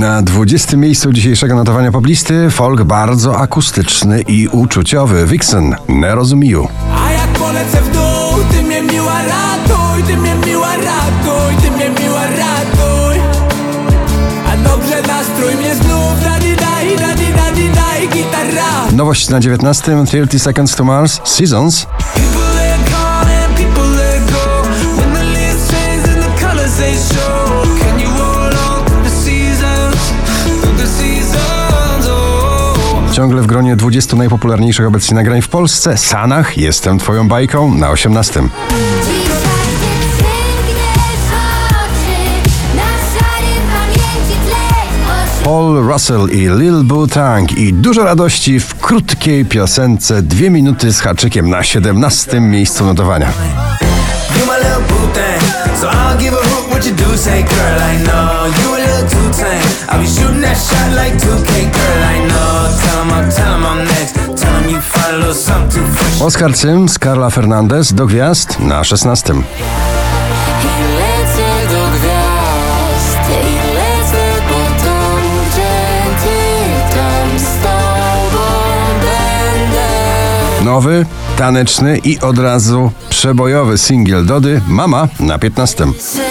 Na 20. miejscu dzisiejszego notowania poblisty folk bardzo akustyczny i uczuciowy. Vixen, nie rozumiju. A jak polecę w dół, ty mnie miła ratuj, ty mnie miła ratuj, ty mnie miła ratuj. A dobrze nastrój mnie znów, daj gitara. Nowość na 19. 30 Seconds to Mars, Seasons. Ciągle w gronie 20 najpopularniejszych obecnie nagrań w Polsce. Sanach, Jestem twoją bajką na 18. Paul Russell i Lil Bo Tang i dużo radości w krótkiej piosence 2 minuty z haczykiem na 17. miejscu notowania. Oscar Sims, Carla Fernandez do gwiazd na 16. Nowy, taneczny i od razu przebojowy singiel Dody, Mama na 15.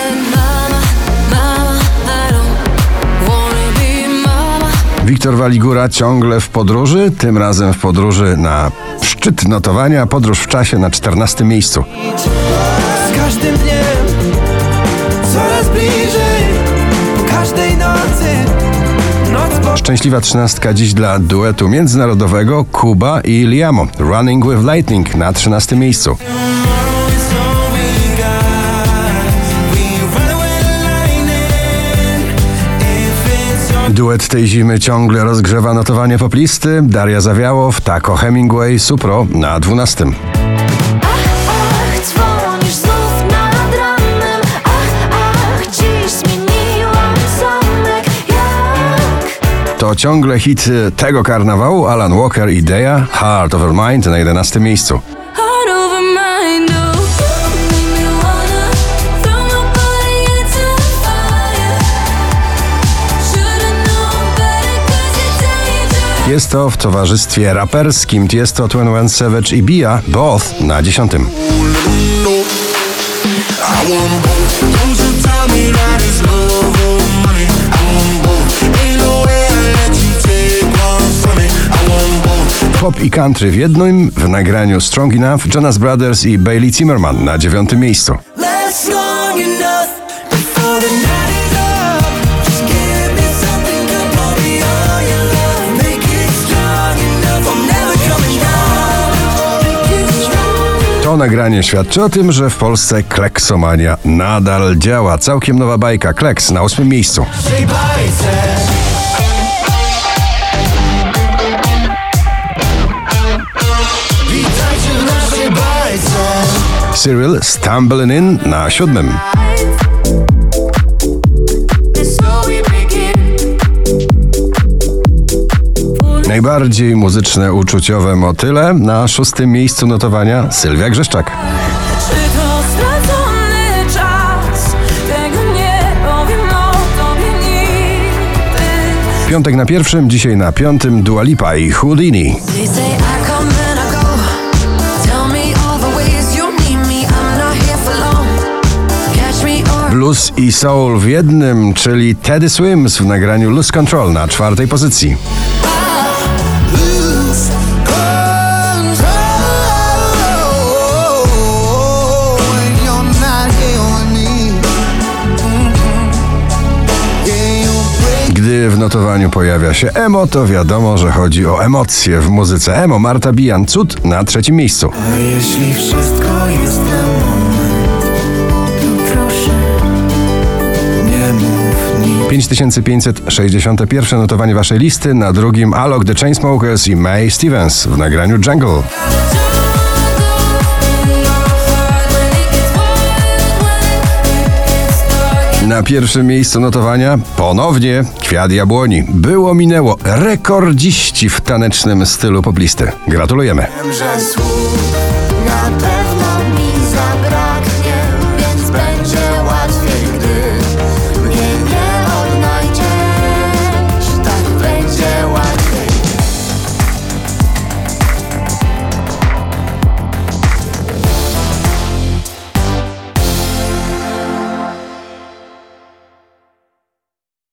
Wiktor Waligura ciągle w podróży, tym razem w podróży na szczyt notowania, podróż w czasie na 14. miejscu. Z każdym dniem coraz bliżej, po każdej nocy. Szczęśliwa 13 dziś dla duetu międzynarodowego Kuba i Liamo. Running with Lightning na 13. miejscu. Duet tej zimy ciągle rozgrzewa notowanie poplisty. Daria Zawiałow, Taco Hemingway, Supro na 12. To ciągle hit tego karnawału Alan Walker i Dea, Heart Over Mind na 11. miejscu. Jest to w towarzystwie raperskim Tiesto, 21 Savage i Bia, Both na 10. Pop i country w jednym, w nagraniu Strong Enough, Jonas Brothers i Bailey Zimmerman na 9. miejscu. To nagranie świadczy o tym, że w Polsce kleksomania nadal działa. Całkiem nowa bajka, Kleks na 8. miejscu. Cyril, Stumbling In na 7. Najbardziej muzyczne, uczuciowe motyle na 6. miejscu notowania Sylwia Grzeszczak. Czy to stracony czas? Tego nie powiem o tobie nigdy. Piątek na 1, dzisiaj na 5 Dua Lipa i Houdini. Blues i soul w jednym, czyli Teddy Swims w nagraniu Lose Control na 4. pozycji. Gdy w notowaniu pojawia się emo, to wiadomo, że chodzi o emocje w muzyce. Emo, Marta Bijan, Cud na 3. miejscu. A jeśli wszystko jest na moment, to proszę, nie mów nic. 5561 notowanie waszej listy, na 2 Alok, The Chainsmokers i Mae Stevens w nagraniu Jungle. Na 1. miejscu notowania ponownie Kwiat Jabłoni. Było minęło, rekordziści w tanecznym stylu poplisty. Gratulujemy. Wiem, że słów na